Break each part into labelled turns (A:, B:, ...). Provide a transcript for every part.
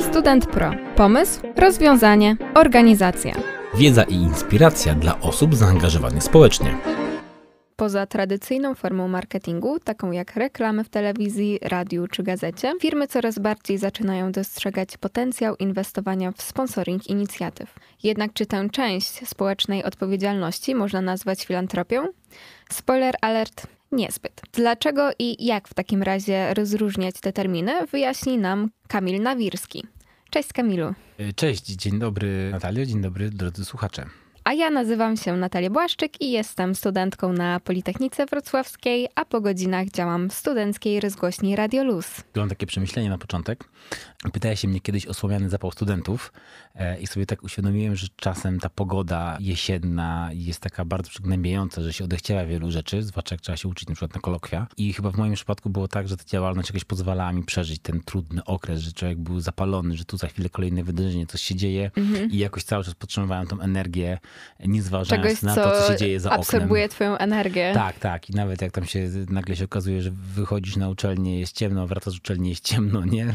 A: Student Pro. Pomysł, rozwiązanie, organizacja.
B: Wiedza i inspiracja dla osób zaangażowanych społecznie.
A: Poza tradycyjną formą marketingu, taką jak reklamy w telewizji, radiu czy gazecie, firmy coraz bardziej zaczynają dostrzegać potencjał inwestowania w sponsoring inicjatyw. Jednak czy tę część społecznej odpowiedzialności można nazwać filantropią? Spoiler alert, niezbyt. Dlaczego i jak w takim razie rozróżniać te terminy, wyjaśni nam Kamil Nawirski. Cześć Kamilu.
B: Cześć, dzień dobry Natalio, dzień dobry drodzy słuchacze.
A: A ja nazywam się Natalia Błaszczyk i jestem studentką na Politechnice Wrocławskiej, a po godzinach działam w studenckiej rozgłośni Radio Luz.
B: Mam takie przemyślenie na początek. Pytała się mnie kiedyś o słomiany zapał studentów i sobie tak uświadomiłem, że czasem ta pogoda jesienna jest taka bardzo przygnębiająca, że się odechciewa wielu rzeczy, zwłaszcza jak trzeba się uczyć na przykład na kolokwia. I chyba w moim przypadku było tak, że ta działalność jakoś pozwalała mi przeżyć ten trudny okres, że człowiek był zapalony, że tu za chwilę kolejne wydarzenie, coś się dzieje i jakoś cały czas podtrzymywałem tą energię, nie zważając
A: czegoś,
B: na to, co się dzieje za oknem.
A: Absorbuje twoją energię.
B: Tak. I nawet jak tam się nagle się okazuje, że wychodzisz na uczelnię, jest ciemno, wracasz z uczelni, jest ciemno, nie?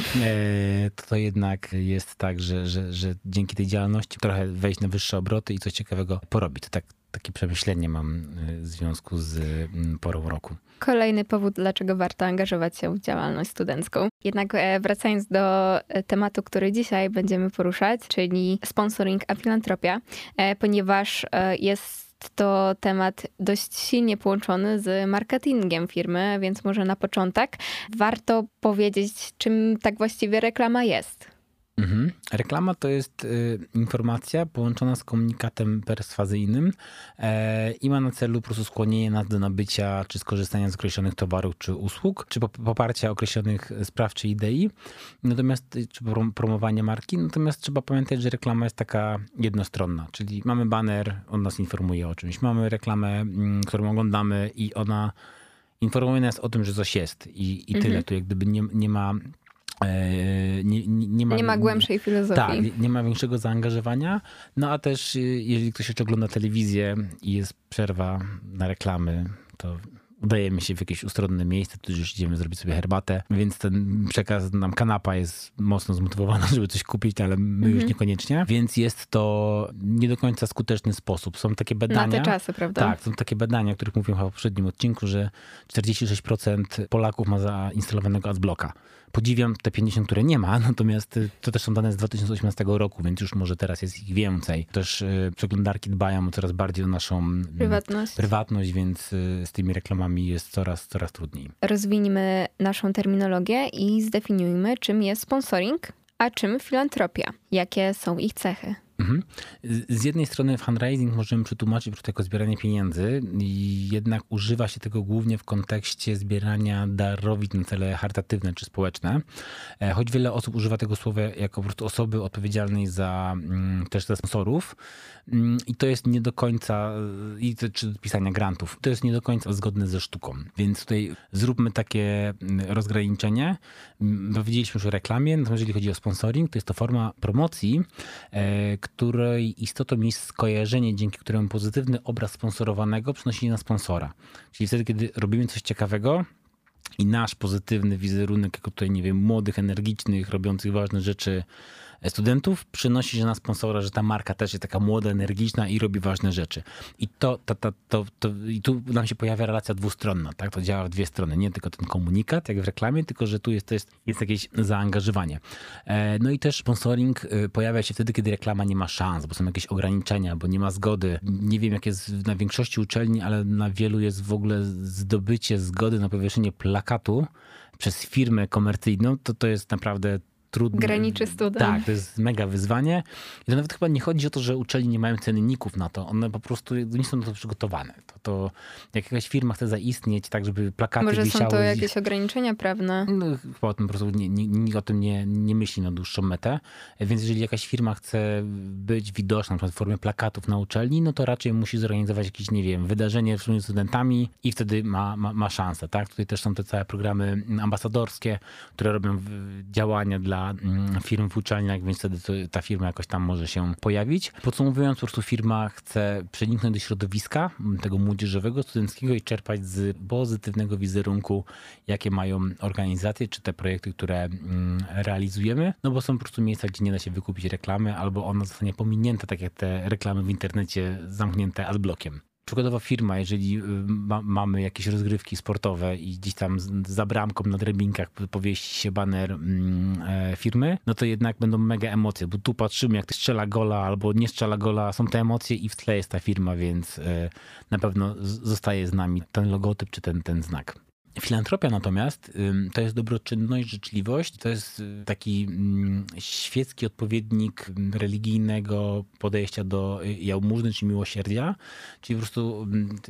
B: To jednak jest tak, że dzięki tej działalności trochę wejść na wyższe obroty i coś ciekawego porobić. To takie przemyślenie mam w związku z porą roku.
A: Kolejny powód, dlaczego warto angażować się w działalność studencką. Jednak wracając do tematu, który dzisiaj będziemy poruszać, czyli sponsoring a filantropia, ponieważ jest to temat dość silnie połączony z marketingiem firmy, więc może na początek warto powiedzieć, czym tak właściwie reklama jest.
B: Reklama to jest informacja połączona z komunikatem perswazyjnym i ma na celu po prostu skłonienie nas do nabycia czy skorzystania z określonych towarów czy usług, czy poparcia określonych spraw czy idei, czy promowania marki. Natomiast trzeba pamiętać, że reklama jest taka jednostronna, czyli mamy baner, on nas informuje o czymś. Mamy reklamę, którą oglądamy i ona informuje nas o tym, że coś jest i tyle. Tu jak gdyby nie ma...
A: Nie ma głębszej filozofii.
B: Tak, nie ma większego zaangażowania. No a też jeżeli ktoś jeszcze ogląda telewizję i jest przerwa na reklamy, to udajemy się w jakieś ustronne miejsce, tu już idziemy zrobić sobie herbatę, więc ten przekaz nam kanapa jest mocno zmotywowana, żeby coś kupić, ale my już niekoniecznie. Więc jest to nie do końca skuteczny sposób. Są takie badania.
A: Na te czasy, prawda?
B: Tak, są takie badania, o których mówiłem chyba w poprzednim odcinku, że 46% Polaków ma zainstalowanego adblocka. Podziwiam te 50, które nie ma, natomiast to też są dane z 2018 roku, więc już może teraz jest ich więcej. Też przeglądarki dbają coraz bardziej o naszą prywatność, więc z tymi reklamami jest coraz trudniej.
A: Rozwiniemy naszą terminologię i zdefiniujmy, czym jest sponsoring, a czym filantropia. Jakie są ich cechy?
B: Z jednej strony fundraising możemy przetłumaczyć jako zbieranie pieniędzy, jednak używa się tego głównie w kontekście zbierania darowizn na cele charytatywne czy społeczne, choć wiele osób używa tego słowa jako po prostu osoby odpowiedzialnej też za sponsorów i to jest nie do końca, czy pisania grantów, to jest nie do końca zgodne ze sztuką, więc tutaj zróbmy takie rozgraniczenie. Powiedzieliśmy już o reklamie, natomiast jeżeli chodzi o sponsoring, to jest to forma promocji, której istotą jest skojarzenie, dzięki któremu pozytywny obraz sponsorowanego przynosi na sponsora. Czyli wtedy, kiedy robimy coś ciekawego i nasz pozytywny wizerunek, jako tutaj, nie wiem, młodych, energicznych, robiących ważne rzeczy studentów, przynosi się na sponsora, że ta marka też jest taka młoda, energiczna i robi ważne rzeczy. I i tu nam się pojawia relacja dwustronna, tak? To działa w dwie strony. Nie tylko ten komunikat, jak w reklamie, tylko że tu jest jakieś zaangażowanie. No i też sponsoring pojawia się wtedy, kiedy reklama nie ma szans, bo są jakieś ograniczenia, bo nie ma zgody. Nie wiem, jak jest na większości uczelni, ale na wielu jest w ogóle zdobycie zgody na powieszenie plakatu przez firmę komercyjną. To jest naprawdę trudne.
A: Graniczy student.
B: Tak, to jest mega wyzwanie. I to nawet chyba nie chodzi o to, że uczelnie nie mają cenników na to. One po prostu nie są na to przygotowane. To jak jakaś firma chce zaistnieć, tak żeby plakaty
A: może
B: wisiały.
A: Może są to jakieś ograniczenia prawne?
B: No, chyba o tym po prostu nikt o tym nie myśli na dłuższą metę. Więc jeżeli jakaś firma chce być widoczna na przykład w formie plakatów na uczelni, no to raczej musi zorganizować jakieś, nie wiem, wydarzenie z studentami i wtedy ma szansę. Tak? Tutaj też są te całe programy ambasadorskie, które robią działania dla dla firm w uczelniach, więc wtedy ta firma jakoś tam może się pojawić. Podsumowując, po prostu firma chce przeniknąć do środowiska tego młodzieżowego, studenckiego i czerpać z pozytywnego wizerunku, jakie mają organizacje, czy te projekty, które realizujemy, no bo są po prostu miejsca, gdzie nie da się wykupić reklamy, albo ona zostanie pominięta, tak jak te reklamy w internecie zamknięte adblockiem. Przykładowa firma, jeżeli mamy jakieś rozgrywki sportowe i gdzieś tam za bramką na drebinkach powieści się baner firmy, no to jednak będą mega emocje, bo tu patrzymy, jak ktoś strzela gola albo nie strzela gola, są te emocje i w tle jest ta firma, więc na pewno zostaje z nami ten logotyp czy ten znak. Filantropia natomiast to jest dobroczynność, życzliwość, to jest taki świecki odpowiednik religijnego podejścia do jałmużny czy miłosierdzia, czyli po prostu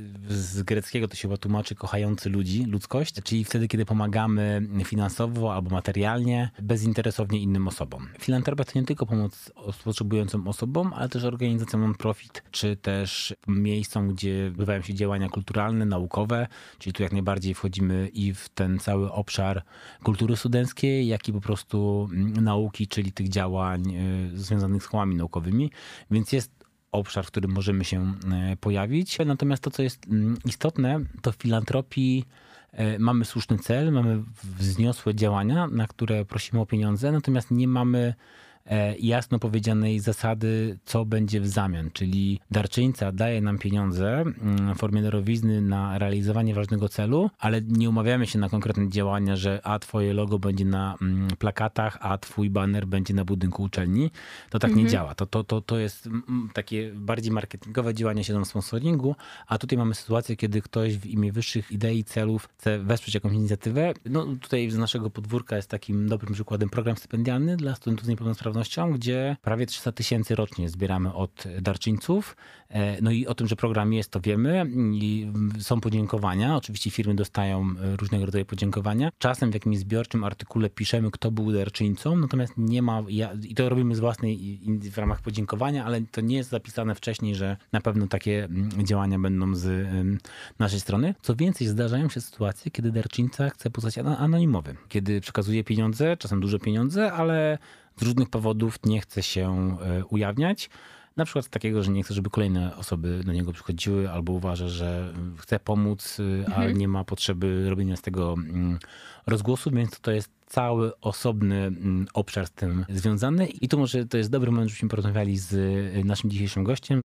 B: z greckiego to się chyba tłumaczy kochający ludzi, ludzkość, czyli wtedy, kiedy pomagamy finansowo albo materialnie, bezinteresownie innym osobom. Filantropia to nie tylko pomoc potrzebującym osobom, ale też organizacjom non-profit, czy też miejscom, gdzie odbywają się działania kulturalne, naukowe, czyli tu jak najbardziej wchodzimy i w ten cały obszar kultury studenckiej, jak i po prostu nauki, czyli tych działań związanych z kołami naukowymi. Więc jest obszar, w którym możemy się pojawić. Natomiast to, co jest istotne, to w filantropii mamy słuszny cel, mamy wzniosłe działania, na które prosimy o pieniądze, natomiast nie mamy jasno powiedzianej zasady, co będzie w zamian, czyli darczyńca daje nam pieniądze w formie darowizny na realizowanie ważnego celu, ale nie umawiamy się na konkretne działania, że twoje logo będzie na plakatach, a twój baner będzie na budynku uczelni. To tak nie działa. To jest takie bardziej marketingowe działanie, siedzą w sponsoringu, a tutaj mamy sytuację, kiedy ktoś w imię wyższych idei, celów chce wesprzeć jakąś inicjatywę. No tutaj z naszego podwórka jest takim dobrym przykładem program stypendialny dla studentów z niepełnosprawnością, gdzie prawie 300 000 rocznie zbieramy od darczyńców. No i o tym, że program jest, to wiemy. I są podziękowania. Oczywiście firmy dostają różnego rodzaju podziękowania. Czasem w jakimś zbiorczym artykule piszemy, kto był darczyńcą, natomiast nie ma, i to robimy z własnej w ramach podziękowania, ale to nie jest zapisane wcześniej, że na pewno takie działania będą z naszej strony. Co więcej, zdarzają się sytuacje, kiedy darczyńca chce pozostać anonimowy. Kiedy przekazuje pieniądze, czasem duże pieniądze, ale z różnych powodów nie chce się ujawniać. Na przykład takiego, że nie chce, żeby kolejne osoby do niego przychodziły, albo uważa, że chce pomóc, ale nie ma potrzeby robienia z tego rozgłosu, więc to jest cały osobny obszar z tym związany. I tu może to jest dobry moment, żebyśmy porozmawiali z naszym dzisiejszym gościem.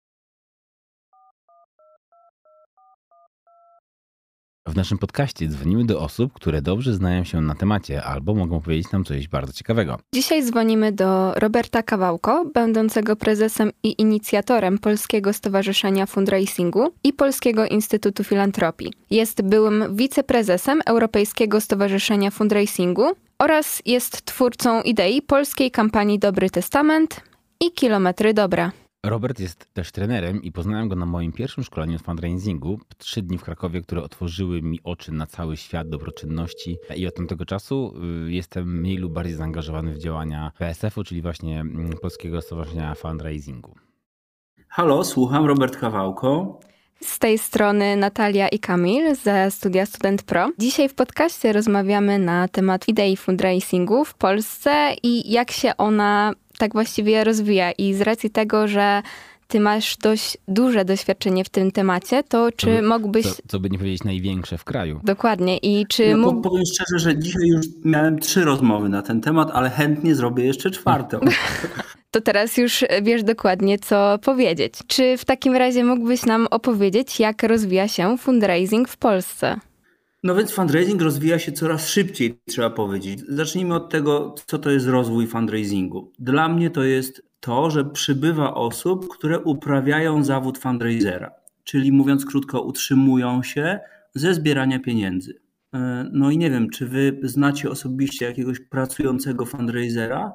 B: W naszym podcaście dzwonimy do osób, które dobrze znają się na temacie albo mogą powiedzieć nam coś bardzo ciekawego.
A: Dzisiaj dzwonimy do Roberta Kawałko, będącego prezesem i inicjatorem Polskiego Stowarzyszenia Fundraisingu i Polskiego Instytutu Filantropii. Jest byłym wiceprezesem Europejskiego Stowarzyszenia Fundraisingu oraz jest twórcą idei polskiej kampanii Dobry Testament i Kilometry Dobra.
B: Robert jest też trenerem i poznałem go na moim pierwszym szkoleniu z fundraisingu 3 dni w Krakowie, które otworzyły mi oczy na cały świat dobroczynności i od tamtego czasu jestem mniej lub bardziej zaangażowany w działania PSF-u, czyli właśnie Polskiego Stowarzyszenia Fundraisingu.
C: Halo, słucham, Robert Kawałko.
A: Z tej strony Natalia i Kamil ze Studia Student Pro. Dzisiaj w podcaście rozmawiamy na temat idei fundraisingu w Polsce i jak się ona tak właściwie rozwija. I z racji tego, że ty masz dość duże doświadczenie w tym temacie, to czy mógłbyś...
B: Co by nie powiedzieć, największe w kraju.
A: Dokładnie. I czy
C: Powiem szczerze, że dzisiaj już miałem 3 rozmowy na ten temat, ale chętnie zrobię jeszcze 4.
A: To teraz już wiesz dokładnie, co powiedzieć. Czy w takim razie mógłbyś nam opowiedzieć, jak rozwija się fundraising w Polsce?
C: No więc fundraising rozwija się coraz szybciej, trzeba powiedzieć. Zacznijmy od tego, co to jest rozwój fundraisingu. Dla mnie to jest to, że przybywa osób, które uprawiają zawód fundraisera. Czyli mówiąc krótko, utrzymują się ze zbierania pieniędzy. No i nie wiem, czy wy znacie osobiście jakiegoś pracującego fundraisera?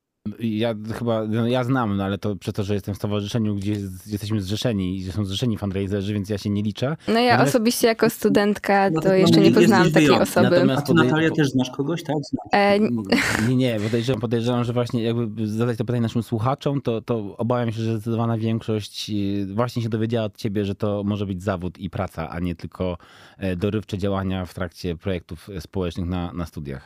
B: Ja znam, no ale to przez to, że jestem w stowarzyszeniu, gdzie jesteśmy zrzeszeni, gdzie są zrzeszeni fundraiserzy, więc ja się nie liczę.
A: No ja osobiście jako studentka to jeszcze nie poznałam takiej osoby.
C: A ty, Natalia, też znasz kogoś, tak?
B: Nie, podejrzewam, że właśnie jakby zadać to pytanie naszym słuchaczom, to obawiam się, że zdecydowana większość właśnie się dowiedziała od ciebie, że to może być zawód i praca, a nie tylko dorywcze działania w trakcie projektów społecznych na studiach.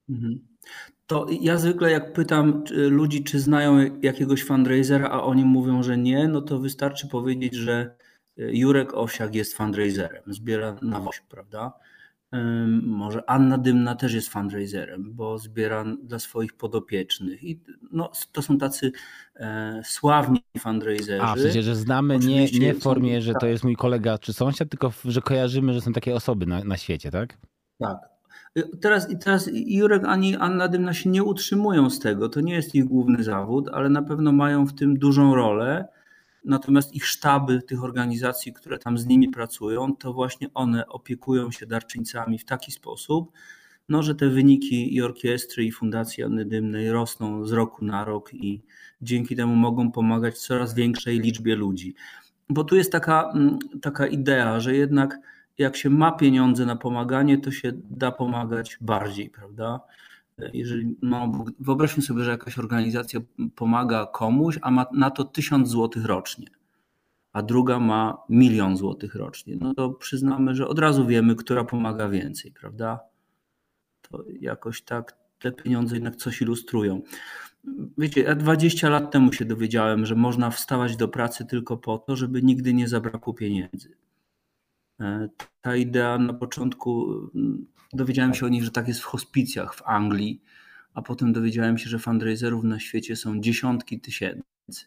C: Mhm. To ja zwykle jak pytam ludzi, czy znają jakiegoś fundraisera, a oni mówią, że nie, no to wystarczy powiedzieć, że Jurek Owsiak jest fundraiserem, zbiera na WOŚP, prawda? Może Anna Dymna też jest fundraiserem, bo zbiera dla swoich podopiecznych. I no, to są tacy sławni fundraiserzy.
B: A w sensie, że znamy nie w formie, że to jest mój kolega czy sąsiad, tylko że kojarzymy, że są takie osoby na świecie, tak?
C: Tak. Teraz Jurek ani Anna Dymna się nie utrzymują z tego. To nie jest ich główny zawód, ale na pewno mają w tym dużą rolę. Natomiast ich sztaby tych organizacji, które tam z nimi pracują, to właśnie one opiekują się darczyńcami w taki sposób, no, że te wyniki i orkiestry, i Fundacji Anny Dymnej rosną z roku na rok i dzięki temu mogą pomagać coraz większej liczbie ludzi. Bo tu jest taka idea, że jednak jak się ma pieniądze na pomaganie, to się da pomagać bardziej, prawda? Jeżeli wyobraźmy sobie, że jakaś organizacja pomaga komuś, a ma na to 1000 złotych rocznie, a druga ma 1 000 000 złotych rocznie, no to przyznamy, że od razu wiemy, która pomaga więcej, prawda? To jakoś tak te pieniądze jednak coś ilustrują. Wiecie, ja 20 lat temu się dowiedziałem, że można wstawać do pracy tylko po to, żeby nigdy nie zabrakło pieniędzy. Ta idea na początku, dowiedziałem się o niej, że tak jest w hospicjach w Anglii, a potem dowiedziałem się, że fundraiserów na świecie są dziesiątki tysięcy.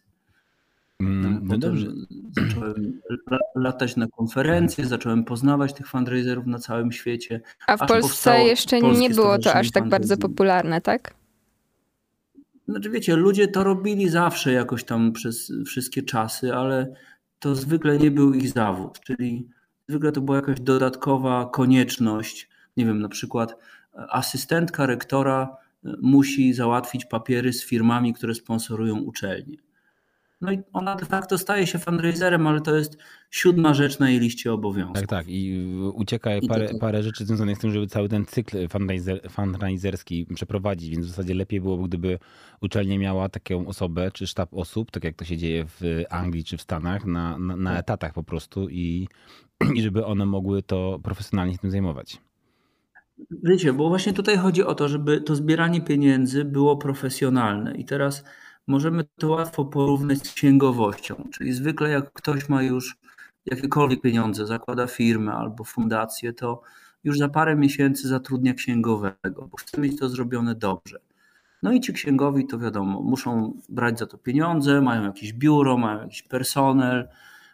B: No dobrze.
C: Zacząłem latać na konferencje, zacząłem poznawać tych fundraiserów na całym świecie.
A: A w Polsce jeszcze nie było to aż tak bardzo popularne, tak?
C: Znaczy wiecie, ludzie to robili zawsze jakoś tam przez wszystkie czasy, ale to zwykle nie był ich zawód, czyli zwykle to była jakaś dodatkowa konieczność. Nie wiem, na przykład asystentka rektora musi załatwić papiery z firmami, które sponsorują uczelnię. No i ona de facto staje się fundraiserem, ale to jest 7. rzecz na jej liście obowiązków.
B: Tak. I ucieka parę rzeczy związanych z tym, żeby cały ten cykl fundraiserski przeprowadzić, więc w zasadzie lepiej byłoby, gdyby uczelnia miała taką osobę, czy sztab osób, tak jak to się dzieje w Anglii czy w Stanach, na etatach po prostu i żeby one mogły to profesjonalnie się tym zajmować.
C: Wiecie, bo właśnie tutaj chodzi o to, żeby to zbieranie pieniędzy było profesjonalne i teraz możemy to łatwo porównać z księgowością, czyli zwykle jak ktoś ma już jakiekolwiek pieniądze, zakłada firmę albo fundację, to już za parę miesięcy zatrudnia księgowego, bo chce mieć to zrobione dobrze. No i ci księgowi to wiadomo, muszą brać za to pieniądze, mają jakieś biuro, mają jakiś personel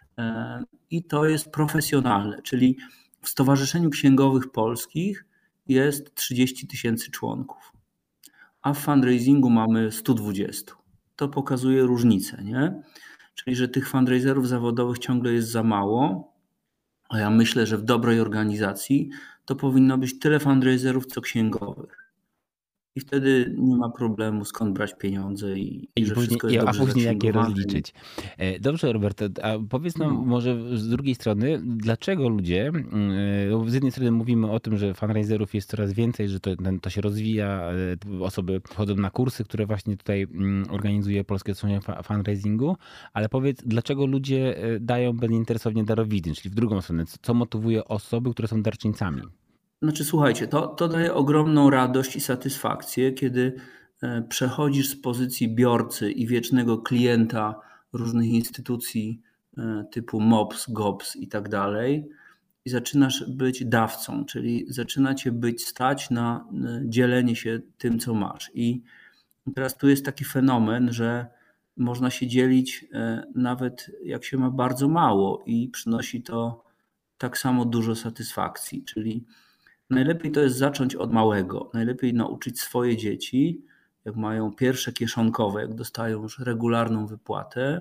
C: i to jest profesjonalne, czyli w Stowarzyszeniu Księgowych Polskich jest 30 000 członków, a w fundraisingu mamy 120. To pokazuje różnicę, nie? Czyli, że tych fundraiserów zawodowych ciągle jest za mało, a ja myślę, że w dobrej organizacji to powinno być tyle fundraiserów, co księgowych. I wtedy nie ma problemu, skąd brać pieniądze i że wszystko jest dobrze
B: później jak je rozliczyć. Dobrze, Robert, a powiedz nam może z drugiej strony, dlaczego ludzie, z jednej strony mówimy o tym, że fundraiserów jest coraz więcej, że to się rozwija, osoby chodzą na kursy, które właśnie tutaj organizuje Polskie Stowarzyszenie Fundraisingu, ale powiedz, dlaczego ludzie dają bezinteresownie darowizny, czyli w drugą stronę, co motywuje osoby, które są darczyńcami?
C: Znaczy słuchajcie, to daje ogromną radość i satysfakcję, kiedy przechodzisz z pozycji biorcy i wiecznego klienta różnych instytucji typu MOPS, GOPS i tak dalej i zaczynasz być dawcą, czyli zaczyna cię być stać na dzielenie się tym, co masz. I teraz tu jest taki fenomen, że można się dzielić nawet jak się ma bardzo mało i przynosi to tak samo dużo satysfakcji, czyli najlepiej to jest zacząć od małego. Najlepiej nauczyć swoje dzieci, jak mają pierwsze kieszonkowe, jak dostają już regularną wypłatę,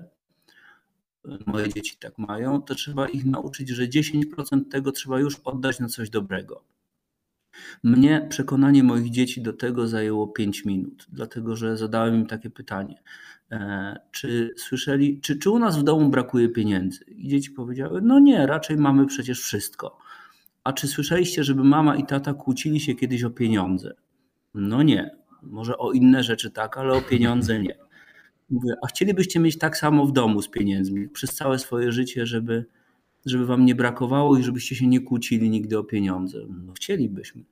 C: moje dzieci tak mają, to trzeba ich nauczyć, że 10% tego trzeba już oddać na coś dobrego. Mnie przekonanie moich dzieci do tego zajęło 5 minut, dlatego że zadałem im takie pytanie. Czy słyszeli, czy u nas w domu brakuje pieniędzy? I dzieci powiedziały, no nie, raczej mamy przecież wszystko. A czy słyszeliście, żeby mama i tata kłócili się kiedyś o pieniądze? No nie. Może o inne rzeczy tak, ale o pieniądze nie. Mówię, a chcielibyście mieć tak samo w domu z pieniędzmi przez całe swoje życie, żeby wam nie brakowało i żebyście się nie kłócili nigdy o pieniądze? No chcielibyśmy.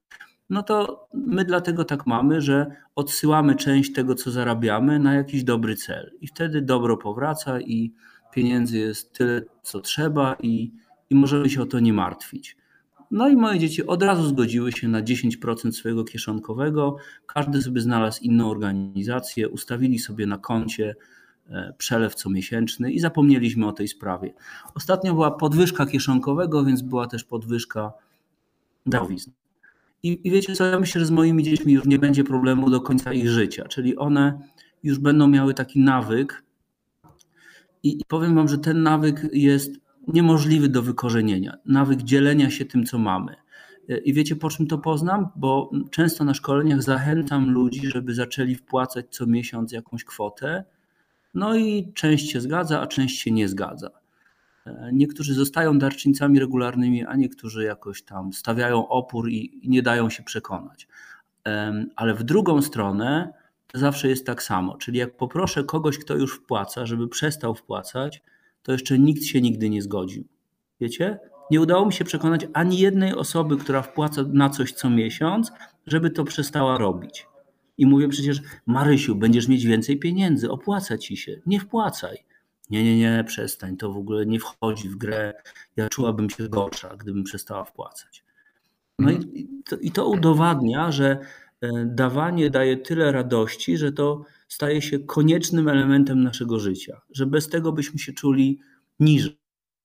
C: no to my dlatego tak mamy, że odsyłamy część tego, co zarabiamy, na jakiś dobry cel. I wtedy dobro powraca i pieniędzy jest tyle, co trzeba i możemy się o to nie martwić. No i moje dzieci od razu zgodziły się na 10% swojego kieszonkowego. Każdy sobie znalazł inną organizację, ustawili sobie na koncie przelew comiesięczny i zapomnieliśmy o tej sprawie. Ostatnio była podwyżka kieszonkowego, więc była też podwyżka darowizn. I wiecie co, ja myślę, że z moimi dziećmi już nie będzie problemu do końca ich życia, czyli one już będą miały taki nawyk i powiem wam, że ten nawyk jest niemożliwy do wykorzenienia. Nawyk dzielenia się tym, co mamy. I wiecie, po czym to poznam? Bo często na szkoleniach zachęcam ludzi, żeby zaczęli wpłacać co miesiąc jakąś kwotę. No i część się zgadza, a część się nie zgadza. Niektórzy zostają darczyńcami regularnymi, a niektórzy jakoś tam stawiają opór i nie dają się przekonać. Ale w drugą stronę to zawsze jest tak samo. Czyli jak poproszę kogoś, kto już wpłaca, żeby przestał wpłacać, to jeszcze nikt się nigdy nie zgodził. Wiecie? Nie udało mi się przekonać ani jednej osoby, która wpłaca na coś co miesiąc, żeby to przestała robić. I mówię przecież, Marysiu, będziesz mieć więcej pieniędzy, opłaca ci się, nie wpłacaj. Nie, przestań, to w ogóle nie wchodzi w grę, ja czułabym się gorsza, gdybym przestała wpłacać. No i to udowadnia, że dawanie daje tyle radości, że to staje się koniecznym elementem naszego życia, że bez tego byśmy się czuli niżej.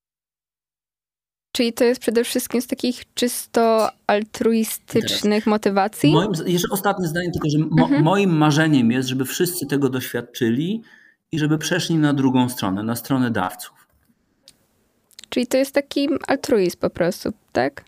A: Czyli to jest przede wszystkim z takich czysto altruistycznych motywacji?
C: Jeszcze ostatnie zdanie, tylko że moim marzeniem jest, żeby wszyscy tego doświadczyli i żeby przeszli na drugą stronę, na stronę dawców.
A: Czyli to jest taki altruizm po prostu, tak?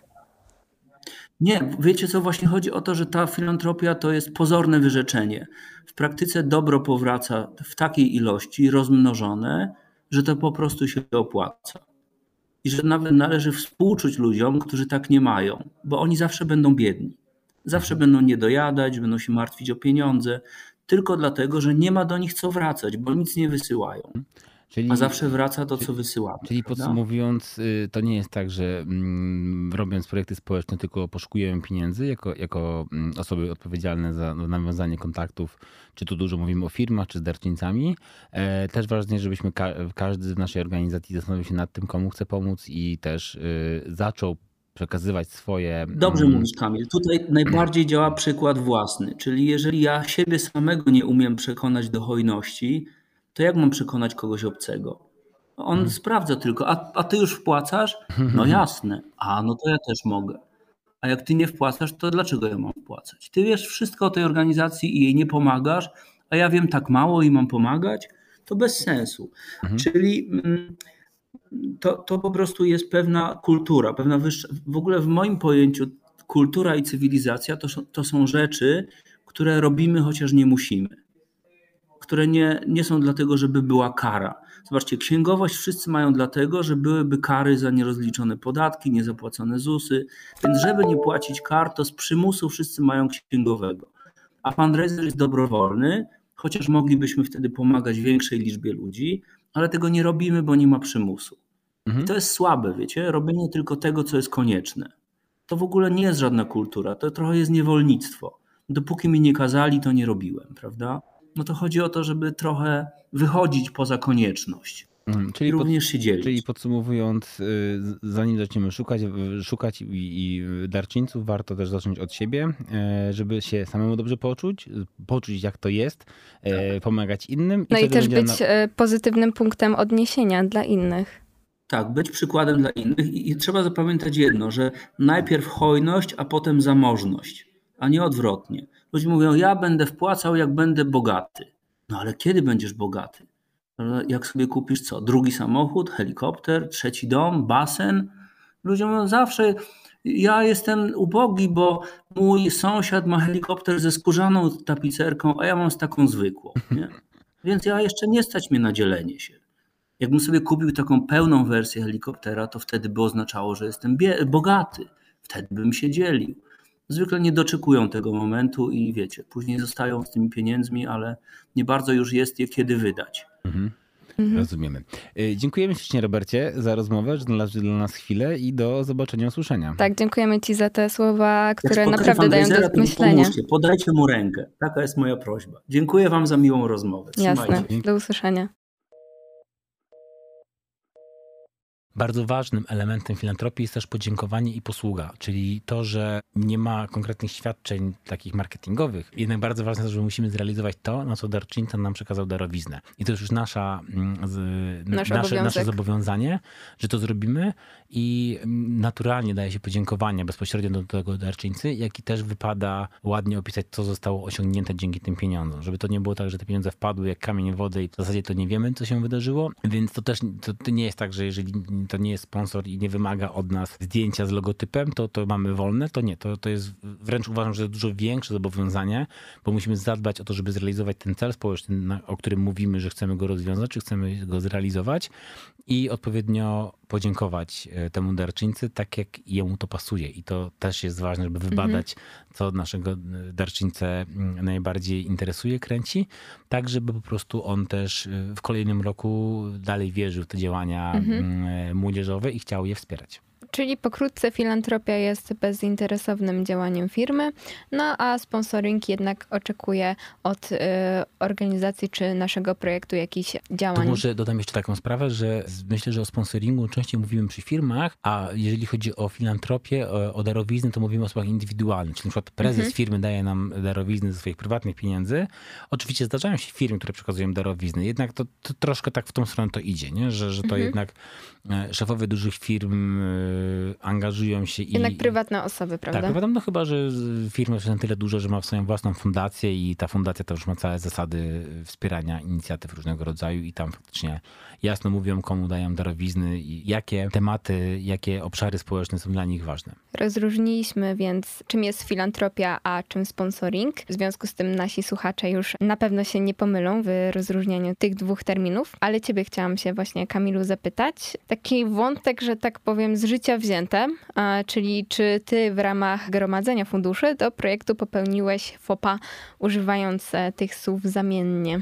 C: Nie, wiecie co, właśnie chodzi o to, że ta filantropia to jest pozorne wyrzeczenie. W praktyce dobro powraca w takiej ilości rozmnożone, że to po prostu się opłaca. I że nawet należy współczuć ludziom, którzy tak nie mają, bo oni zawsze będą biedni. Zawsze będą nie dojadać, będą się martwić o pieniądze, tylko dlatego, że nie ma do nich co wracać, bo nic nie wysyłają. A zawsze wraca to, co wysyłamy.
B: Czyli
C: prawda?
B: Podsumowując, to nie jest tak, że robiąc projekty społeczne tylko poszukujemy pieniędzy jako osoby odpowiedzialne za nawiązanie kontaktów, czy tu dużo mówimy o firmach, czy z darczyńcami. Też ważne, żebyśmy każdy z naszej organizacji zastanowił się nad tym, komu chce pomóc i też zaczął przekazywać swoje...
C: Dobrze mówisz, Kamil. Tutaj najbardziej działa przykład własny. Czyli jeżeli ja siebie samego nie umiem przekonać do hojności, to jak mam przekonać kogoś obcego? On sprawdza tylko, a ty już wpłacasz? No jasne. No to ja też mogę. A jak ty nie wpłacasz, to dlaczego ja mam wpłacać? Ty wiesz wszystko o tej organizacji i jej nie pomagasz, a ja wiem tak mało i mam pomagać? To bez sensu. Czyli to po prostu jest pewna kultura, pewna wyższa. W ogóle w moim pojęciu kultura i cywilizacja to są rzeczy, które robimy, chociaż nie musimy. Które nie są dlatego, żeby była kara. Zobaczcie, księgowość wszyscy mają dlatego, że byłyby kary za nierozliczone podatki, niezapłacone ZUS-y, więc żeby nie płacić kar, to z przymusu wszyscy mają księgowego. A fundraiser jest dobrowolny, chociaż moglibyśmy wtedy pomagać większej liczbie ludzi, ale tego nie robimy, bo nie ma przymusu. I to jest słabe, wiecie, robienie tylko tego, co jest konieczne. To w ogóle nie jest żadna kultura, to trochę jest niewolnictwo. Dopóki mi nie kazali, to nie robiłem, prawda? No to chodzi o to, żeby trochę wychodzić poza konieczność. I również się dzielić.
B: Czyli podsumowując, zanim zaczniemy szukać i darczyńców, warto też zacząć od siebie, żeby się samemu dobrze poczuć jak to jest, pomagać innym.
A: No i też być pozytywnym punktem odniesienia dla innych.
C: Tak, być przykładem dla innych i trzeba zapamiętać jedno, że najpierw hojność, a potem zamożność, a nie odwrotnie. Ludzie mówią, ja będę wpłacał, jak będę bogaty. No ale kiedy będziesz bogaty? Jak sobie kupisz co? Drugi samochód, helikopter, trzeci dom, basen? Ludzie mówią zawsze, ja jestem ubogi, bo mój sąsiad ma helikopter ze skórzaną tapicerką, a ja mam z taką zwykłą. Nie? Więc ja jeszcze nie stać mnie na dzielenie się. Jakbym sobie kupił taką pełną wersję helikoptera, to wtedy by oznaczało, że jestem bogaty. Wtedy bym się dzielił. Zwykle nie doczekują tego momentu i wiecie, później zostają z tymi pieniędzmi, ale nie bardzo już jest je kiedy wydać.
B: Rozumiemy. Dziękujemy ślicznie, Robercie, za rozmowę, że znalazłeś dla nas chwilę i do zobaczenia, usłyszenia.
A: Tak, dziękujemy Ci za te słowa, które naprawdę dają do myślenia.
C: Pomóżcie, podajcie mu rękę. Taka jest moja prośba. Dziękuję Wam za miłą rozmowę.
A: Jasne, do usłyszenia.
B: Bardzo ważnym elementem filantropii jest też podziękowanie i posługa, czyli to, że nie ma konkretnych świadczeń takich marketingowych. Jednak bardzo ważne jest, że musimy zrealizować to, na co darczyńca nam przekazał darowiznę. I to jest już nasze zobowiązanie, że to zrobimy i naturalnie daje się podziękowania bezpośrednio do tego darczyńcy, jak i też wypada ładnie opisać, co zostało osiągnięte dzięki tym pieniądzom. Żeby to nie było tak, że te pieniądze wpadły jak kamień w wodę i w zasadzie to nie wiemy, co się wydarzyło. Więc to też to nie jest tak, że jeżeli to nie jest sponsor i nie wymaga od nas zdjęcia z logotypem, to mamy wolne. To nie. To jest wręcz uważam, że dużo większe zobowiązanie, bo musimy zadbać o to, żeby zrealizować ten cel społeczny, o którym mówimy, że chcemy go rozwiązać, czy chcemy go zrealizować i odpowiednio podziękować temu darczyńcy tak, jak jemu to pasuje. I to też jest ważne, żeby wybadać, co naszego darczyńcę najbardziej interesuje, kręci, tak żeby po prostu on też w kolejnym roku dalej wierzył w te działania młodzieżowe i chciał je wspierać.
A: Czyli pokrótce filantropia jest bezinteresownym działaniem firmy, no a sponsoring jednak oczekuje od organizacji czy naszego projektu jakichś działań.
B: To może dodam jeszcze taką sprawę, że myślę, że o sponsoringu częściej mówimy przy firmach, a jeżeli chodzi o filantropię, o darowizny, to mówimy o osobach indywidualnych. Czyli na przykład prezes firmy daje nam darowizny ze swoich prywatnych pieniędzy. Oczywiście zdarzają się firmy, które przekazują darowizny, jednak to troszkę tak w tą stronę to idzie, nie? Że to jednak szefowie dużych firm angażują się.
A: Jednak prywatne osoby, prawda?
B: Tak, prywatne, no chyba, że firma jest na tyle duża, że ma swoją własną fundację i ta fundacja to już ma całe zasady wspierania inicjatyw różnego rodzaju i tam faktycznie jasno mówią, komu dają darowizny i jakie tematy, jakie obszary społeczne są dla nich ważne.
A: Rozróżniliśmy więc, czym jest filantropia, a czym sponsoring. W związku z tym nasi słuchacze już na pewno się nie pomylą w rozróżnianiu tych dwóch terminów, ale ciebie chciałam się właśnie, Kamilu, zapytać. Taki wątek, że tak powiem, z życia wzięte, czyli czy ty w ramach gromadzenia funduszy do projektu popełniłeś faux-pas, używając tych słów zamiennie?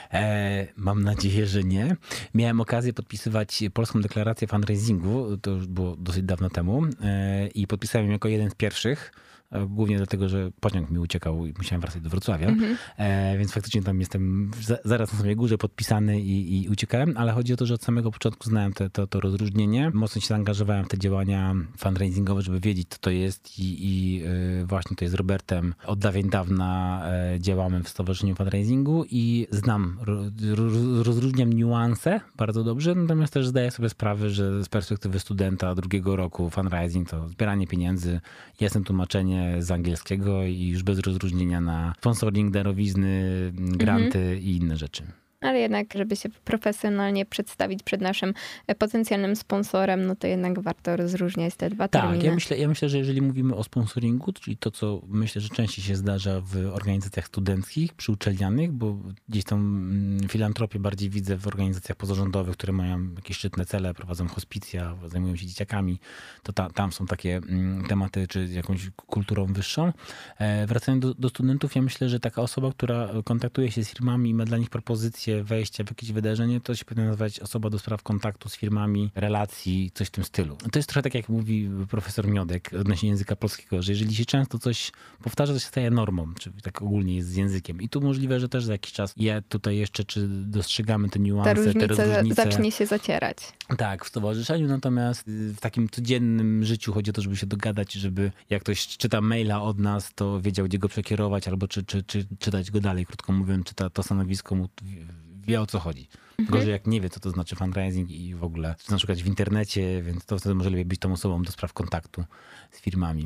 B: Mam nadzieję, że nie. Miałem okazję podpisywać Polską Deklarację Fundraisingu, to już było dosyć dawno temu i podpisałem ją jako jeden z pierwszych. Głównie dlatego, że pociąg mi uciekał i musiałem wracać do Wrocławia, więc faktycznie tam jestem zaraz na samej górze podpisany i uciekałem, ale chodzi o to, że od samego początku znałem to rozróżnienie. Mocno się zaangażowałem w te działania fundraisingowe, żeby wiedzieć, co to jest i właśnie to jest z Robertem. Od dawien dawna działamy w Stowarzyszeniu Fundraisingu i znam, rozróżniam niuanse bardzo dobrze, natomiast też zdaję sobie sprawę, że z perspektywy studenta drugiego roku fundraising to zbieranie pieniędzy, jestem tłumaczenie z angielskiego i już bez rozróżnienia na sponsoring, darowizny, granty i inne rzeczy.
A: Ale jednak, żeby się profesjonalnie przedstawić przed naszym potencjalnym sponsorem, no to jednak warto rozróżniać te dwa terminy.
B: Tak, ja myślę, że jeżeli mówimy o sponsoringu, czyli to, co myślę, że częściej się zdarza w organizacjach studenckich, przyuczelnianych, bo gdzieś tą filantropię bardziej widzę w organizacjach pozarządowych, które mają jakieś szczytne cele, prowadzą hospicja, zajmują się dzieciakami, to tam są takie tematy, czy jakąś kulturą wyższą. Wracając do studentów, ja myślę, że taka osoba, która kontaktuje się z firmami i ma dla nich propozycje wejścia w jakieś wydarzenie, to się powinna nazywać osoba do spraw kontaktu z firmami, relacji, coś w tym stylu. To jest trochę tak, jak mówi profesor Miodek odnośnie języka polskiego, że jeżeli się często coś powtarza, to się staje normą, czy tak ogólnie jest z językiem. I tu możliwe, że też za jakiś czas tutaj jeszcze, czy dostrzegamy te niuanse, te różnice.
A: Zacznie się zacierać.
B: Tak, w stowarzyszeniu, natomiast w takim codziennym życiu chodzi o to, żeby się dogadać, żeby jak ktoś czyta maila od nas, to wiedział, gdzie go przekierować, albo czy czytać go dalej, krótko mówiąc, czy to stanowisko mu wie, o co chodzi. Gorzej jak nie wie, co to znaczy fundraising i w ogóle czy szukać w internecie, więc to wtedy może lepiej być tą osobą do spraw kontaktu z firmami.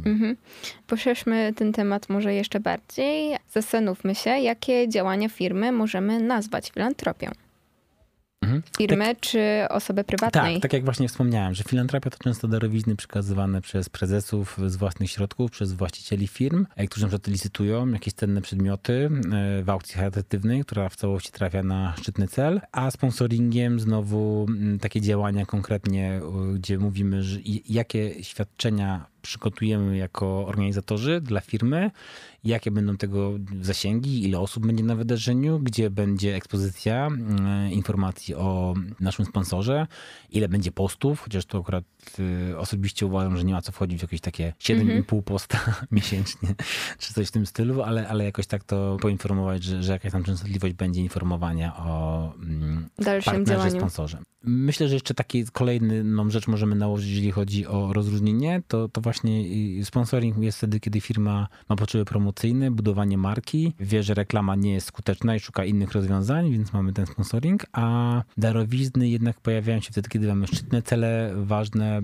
A: Poszerzmy ten temat może jeszcze bardziej. Zastanówmy się, jakie działania firmy możemy nazwać filantropią. Firmy czy osoby prywatnej?
B: Tak jak właśnie wspomniałem, że filantropia to często darowizny przekazywane przez prezesów z własnych środków, przez właścicieli firm, którzy na przykład licytują jakieś cenne przedmioty w aukcji charytatywnej, która w całości trafia na szczytny cel, a sponsoringiem znowu takie działania konkretnie, gdzie mówimy, że jakie świadczenia przygotujemy jako organizatorzy dla firmy, jakie będą tego zasięgi, ile osób będzie na wydarzeniu, gdzie będzie ekspozycja informacji o naszym sponsorze, ile będzie postów, chociaż to akurat osobiście uważam, że nie ma co wchodzić w jakieś takie 7,5 posta miesięcznie, czy coś w tym stylu, ale jakoś tak to poinformować, że jakaś tam częstotliwość będzie informowania o
A: dalszym
B: partnerze,
A: działaniu.
B: sponsorze. Myślę, że jeszcze taki kolejną rzecz możemy nałożyć, jeżeli chodzi o rozróżnienie, to właśnie sponsoring jest wtedy, kiedy firma ma potrzeby promocyjne, budowanie marki, wie, że reklama nie jest skuteczna i szuka innych rozwiązań, więc mamy ten sponsoring, a darowizny jednak pojawiają się wtedy, kiedy mamy szczytne cele, ważne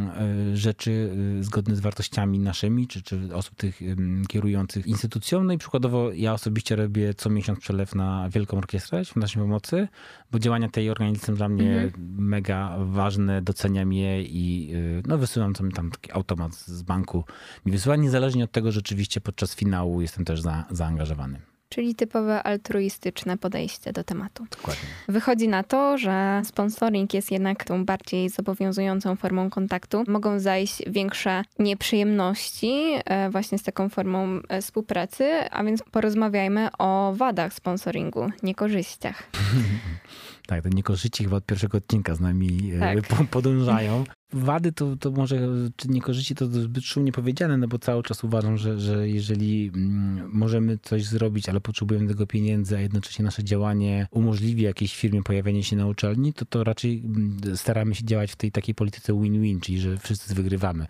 B: rzeczy zgodne z wartościami naszymi, czy osób tych kierujących instytucją. No i przykładowo ja osobiście robię co miesiąc przelew na Wielką Orkiestrę w naszej pomocy, bo działania tej organizacji są dla mnie mega ważne, doceniam je i wysyłam tam taki automat z banku. Mi wysyła niezależnie od tego, że rzeczywiście podczas finału jestem też zaangażowany.
A: Czyli typowe altruistyczne podejście do tematu.
B: Dokładnie.
A: Wychodzi na to, że sponsoring jest jednak tą bardziej zobowiązującą formą kontaktu. Mogą zajść większe nieprzyjemności właśnie z taką formą współpracy, a więc porozmawiajmy o wadach sponsoringu, niekorzyściach.
B: Tak, te niekorzyści chyba od pierwszego odcinka z nami podążają. Wady to może, czy niekorzyści to zbyt szumnie powiedziane, no bo cały czas uważam, że jeżeli możemy coś zrobić, ale potrzebujemy tego pieniędzy, a jednocześnie nasze działanie umożliwi jakiejś firmie pojawienie się na uczelni, to raczej staramy się działać w tej takiej polityce win-win, czyli że wszyscy wygrywamy.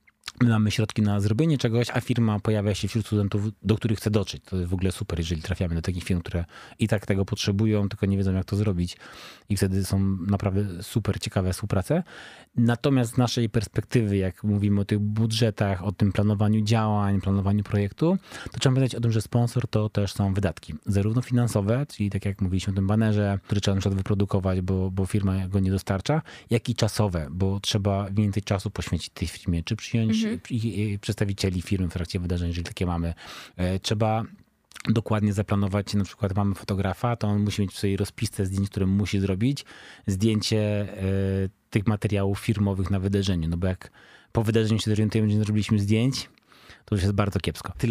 B: My mamy środki na zrobienie czegoś, a firma pojawia się wśród studentów, do których chce dotrzeć. To jest w ogóle super, jeżeli trafiamy do takich firm, które i tak tego potrzebują, tylko nie wiedzą, jak to zrobić. I wtedy są naprawdę super ciekawe współprace. Natomiast z naszej perspektywy, jak mówimy o tych budżetach, o tym planowaniu działań, planowaniu projektu, to trzeba pamiętać o tym, że sponsor to też są wydatki. Zarówno finansowe, czyli tak jak mówiliśmy o tym banerze, który trzeba na przykład wyprodukować, bo firma go nie dostarcza, jak i czasowe, bo trzeba więcej czasu poświęcić tej firmie, czy przyjąć przedstawicieli firmy w trakcie wydarzeń, jeżeli takie mamy. Trzeba dokładnie zaplanować, na przykład mamy fotografa, to on musi mieć w swojej rozpisce zdjęć, które musi zrobić, zdjęcie tych materiałów firmowych na wydarzeniu, no bo jak po wydarzeniu się zorientujemy, że nie zrobiliśmy zdjęć, to już jest bardzo kiepsko. Tyle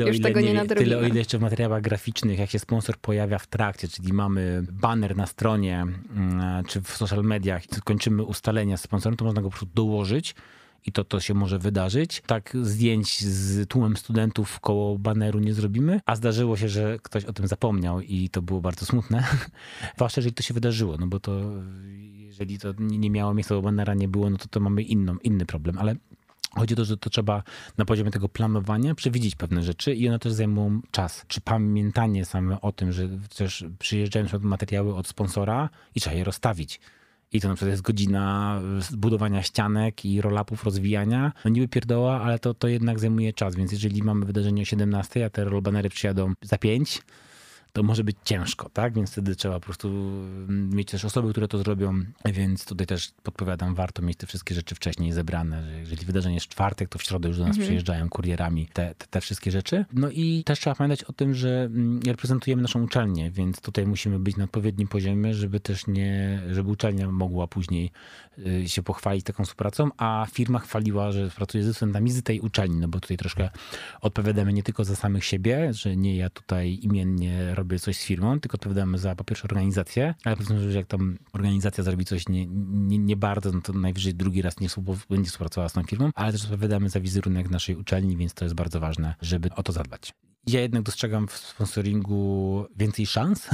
B: o ile jeszcze w materiałach graficznych, jak się sponsor pojawia w trakcie, czyli mamy banner na stronie, czy w social mediach, kończymy ustalenia z sponsorem, to można go po prostu dołożyć, i to się może wydarzyć. Tak zdjęć z tłumem studentów koło baneru nie zrobimy, a zdarzyło się, że ktoś o tym zapomniał i to było bardzo smutne. Zwłaszcza, jeżeli to się wydarzyło, no bo to jeżeli to nie miało miejsca, bo banera nie było, no to mamy inny problem, ale chodzi o to, że to trzeba na poziomie tego planowania przewidzieć pewne rzeczy i one też zajmują czas. Czy pamiętanie same o tym, że też przyjeżdżają materiały od sponsora i trzeba je rozstawić. I to na przykład jest godzina zbudowania ścianek i roll-upów, rozwijania. No niby pierdoła, ale to jednak zajmuje czas, więc jeżeli mamy wydarzenie o 17, a te roll-banery przyjadą za 5, to może być ciężko, tak? Więc wtedy trzeba po prostu mieć też osoby, które to zrobią, więc tutaj też podpowiadam, warto mieć te wszystkie rzeczy wcześniej zebrane, że jeżeli wydarzenie jest w czwartek, to w środę już do nas przyjeżdżają kurierami te wszystkie rzeczy. No i też trzeba pamiętać o tym, że reprezentujemy naszą uczelnię, więc tutaj musimy być na odpowiednim poziomie, żeby żeby uczelnia mogła później się pochwalić taką współpracą, a firma chwaliła, że pracuje ze studentami z tej uczelni, no bo tutaj troszkę odpowiadamy nie tylko za samych siebie, że nie ja tutaj imiennie robię coś z firmą, tylko odpowiadamy za po pierwsze organizację, ale powiedzmy, że jak tam organizacja zrobi coś nie bardzo, no to najwyżej drugi raz nie będzie współpracowała z tą firmą, ale też odpowiadamy za wizerunek naszej uczelni, więc to jest bardzo ważne, żeby o to zadbać. Ja jednak dostrzegam w sponsoringu więcej szans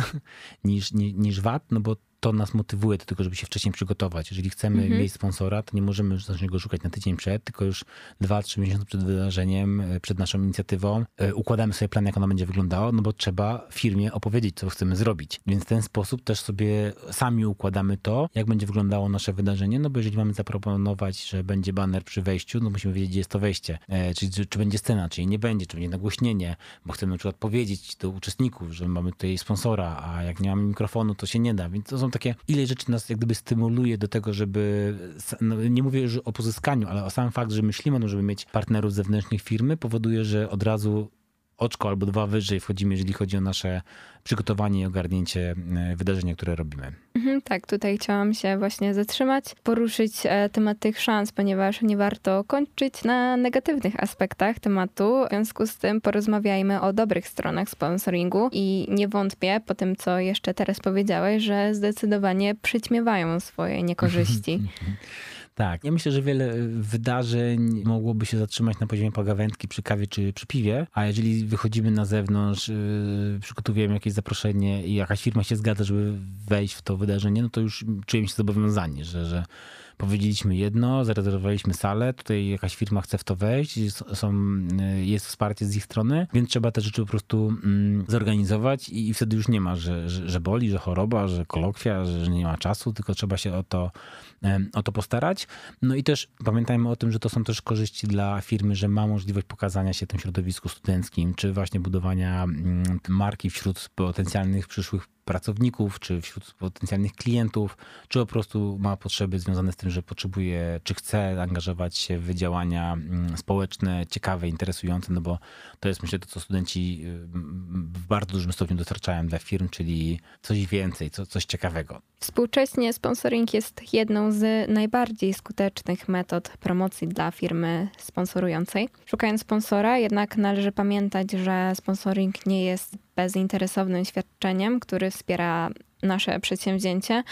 B: niż wad, no bo to nas motywuje do tego, żeby się wcześniej przygotować. Jeżeli chcemy mieć sponsora, to nie możemy zacząć go szukać na tydzień przed, tylko już 2-3 miesiące przed wydarzeniem, przed naszą inicjatywą. Układamy sobie plan, jak ona będzie wyglądała, no bo trzeba firmie opowiedzieć, co chcemy zrobić. Więc w ten sposób też sobie sami układamy to, jak będzie wyglądało nasze wydarzenie, no bo jeżeli mamy zaproponować, że będzie baner przy wejściu, no musimy wiedzieć, gdzie jest to wejście. Czyli czy będzie scena, czy jej nie będzie, czy będzie nagłośnienie, bo chcemy na przykład powiedzieć do uczestników, że mamy tutaj sponsora, a jak nie mamy mikrofonu, to się nie da. Więc to są takie, ile rzeczy nas jak gdyby stymuluje do tego, żeby, no nie mówię już o pozyskaniu, ale o sam fakt, że myślimy o tym, żeby mieć partnerów zewnętrznych firmy, powoduje, że od razu oczko albo dwa wyżej wchodzimy, jeżeli chodzi o nasze przygotowanie i ogarnięcie wydarzenia, które robimy.
A: Tak, tutaj chciałam się właśnie zatrzymać, poruszyć temat tych szans, ponieważ nie warto kończyć na negatywnych aspektach tematu. W związku z tym porozmawiajmy o dobrych stronach sponsoringu i nie wątpię po tym, co jeszcze teraz powiedziałeś, że zdecydowanie przyćmiewają swoje niekorzyści.
B: Tak, ja myślę, że wiele wydarzeń mogłoby się zatrzymać na poziomie pogawędki przy kawie czy przy piwie, a jeżeli wychodzimy na zewnątrz, przygotowujemy jakieś zaproszenie i jakaś firma się zgadza, żeby wejść w to wydarzenie, no to już czujemy się zobowiązani, że powiedzieliśmy jedno, zarezerwowaliśmy salę, tutaj jakaś firma chce w to wejść, jest wsparcie z ich strony, więc trzeba te rzeczy po prostu zorganizować i wtedy już nie ma, że boli, że choroba, że kolokwia, że nie ma czasu, tylko trzeba się o to postarać. No i też pamiętajmy o tym, że to są też korzyści dla firmy, że ma możliwość pokazania się tym środowisku studenckim, czy właśnie budowania marki wśród potencjalnych przyszłych pracowników, czy wśród potencjalnych klientów, czy po prostu ma potrzeby związane z tym, że potrzebuje, czy chce angażować się w działania społeczne, ciekawe, interesujące, no bo to jest, myślę, to, co studenci w bardzo dużym stopniu dostarczają dla firm, czyli coś więcej, coś ciekawego.
A: Współcześnie sponsoring jest jedną z najbardziej skutecznych metod promocji dla firmy sponsorującej. Szukając sponsora, jednak należy pamiętać, że sponsoring nie jest bezinteresownym świadczeniem, który wspiera nasze przedsięwzięcie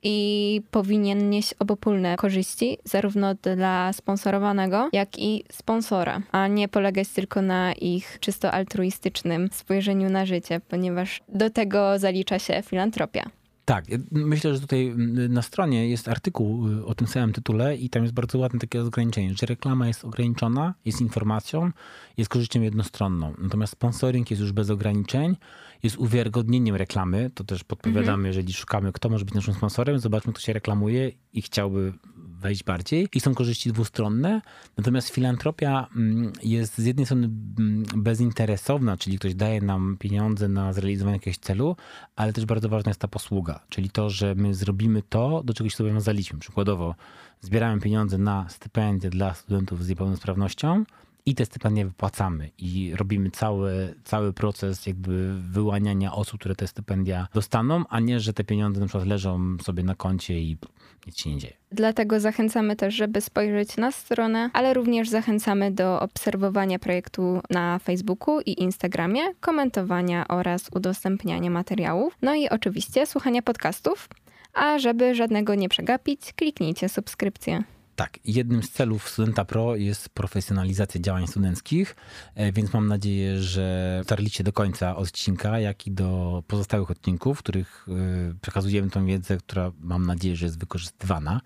A: i powinien nieść obopólne korzyści zarówno dla sponsorowanego, jak i sponsora, a nie polegać tylko na ich czysto altruistycznym spojrzeniu na życie, ponieważ do tego zalicza się filantropia.
B: Tak, myślę, że tutaj na stronie jest artykuł o tym samym tytule i tam jest bardzo ładne takie ograniczenie, że reklama jest ograniczona, jest informacją, jest korzyścią jednostronną. Natomiast sponsoring jest już bez ograniczeń, jest uwiarygodnieniem reklamy. To też podpowiadamy, jeżeli szukamy, kto może być naszym sponsorem, zobaczmy, kto się reklamuje i chciałby wejść bardziej. I są korzyści dwustronne. Natomiast filantropia jest z jednej strony bezinteresowna, czyli ktoś daje nam pieniądze na zrealizowanie jakiegoś celu, ale też bardzo ważna jest ta posługa, czyli to, że my zrobimy to, do czegoś sobie zobowiązaliśmy. Przykładowo zbieramy pieniądze na stypendia dla studentów z niepełnosprawnością i te stypendia wypłacamy i robimy cały proces jakby wyłaniania osób, które te stypendia dostaną, a nie, że te pieniądze na przykład leżą sobie na koncie i nic się nie dzieje.
A: Dlatego zachęcamy też, żeby spojrzeć na stronę, ale również zachęcamy do obserwowania projektu na Facebooku i Instagramie, komentowania oraz udostępniania materiałów, no i oczywiście słuchania podcastów, a żeby żadnego nie przegapić, kliknijcie subskrypcję.
B: Tak, jednym z celów Studenta Pro jest profesjonalizacja działań studenckich, więc mam nadzieję, że dotarliście do końca odcinka, jak i do pozostałych odcinków, w których przekazujemy tą wiedzę, która mam nadzieję, że jest wykorzystywana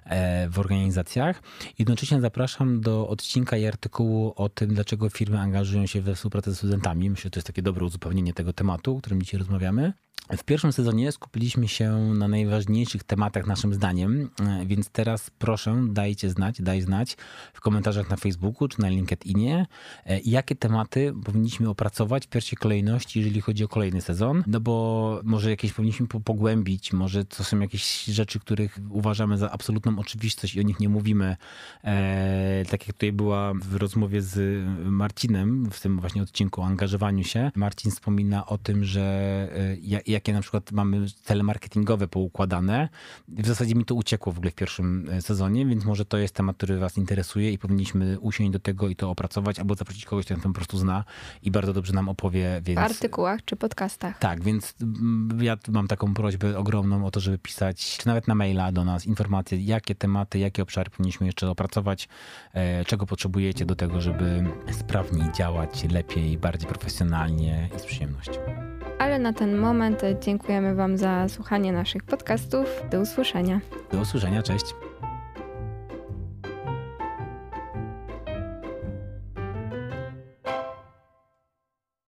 B: w organizacjach. Jednocześnie zapraszam do odcinka i artykułu o tym, dlaczego firmy angażują się we współpracę z studentami. Myślę, że to jest takie dobre uzupełnienie tego tematu, o którym dzisiaj rozmawiamy. W pierwszim sezonie skupiliśmy się na najważniejszych tematach naszym zdaniem, więc teraz proszę daj znać w komentarzach na Facebooku czy na LinkedInie, jakie tematy powinniśmy opracować w pierwszej kolejności, jeżeli chodzi o kolejny sezon, no bo może jakieś powinniśmy pogłębić, może to są jakieś rzeczy, których uważamy za absolutną oczywistość i o nich nie mówimy, tak jak tutaj była w rozmowie z Marcinem, w tym właśnie odcinku o angażowaniu się. Marcin wspomina o tym, że jakie na przykład mamy cele marketingowe poukładane. W zasadzie mi to uciekło w ogóle w pierwszym sezonie, więc może to jest temat, który was interesuje i powinniśmy usiąść do tego i to opracować, albo zaprosić kogoś, kto to po prostu zna i bardzo dobrze nam opowie. Więc...
A: W artykułach czy podcastach.
B: Tak, więc ja mam taką prośbę ogromną o to, żeby pisać, czy nawet na maila do nas informacje, jakie tematy, jakie obszary powinniśmy jeszcze opracować, czego potrzebujecie do tego, żeby sprawniej działać, lepiej, bardziej profesjonalnie i z przyjemnością.
A: Ale na ten moment dziękujemy wam za słuchanie naszych podcastów. Do usłyszenia.
B: Do usłyszenia, cześć.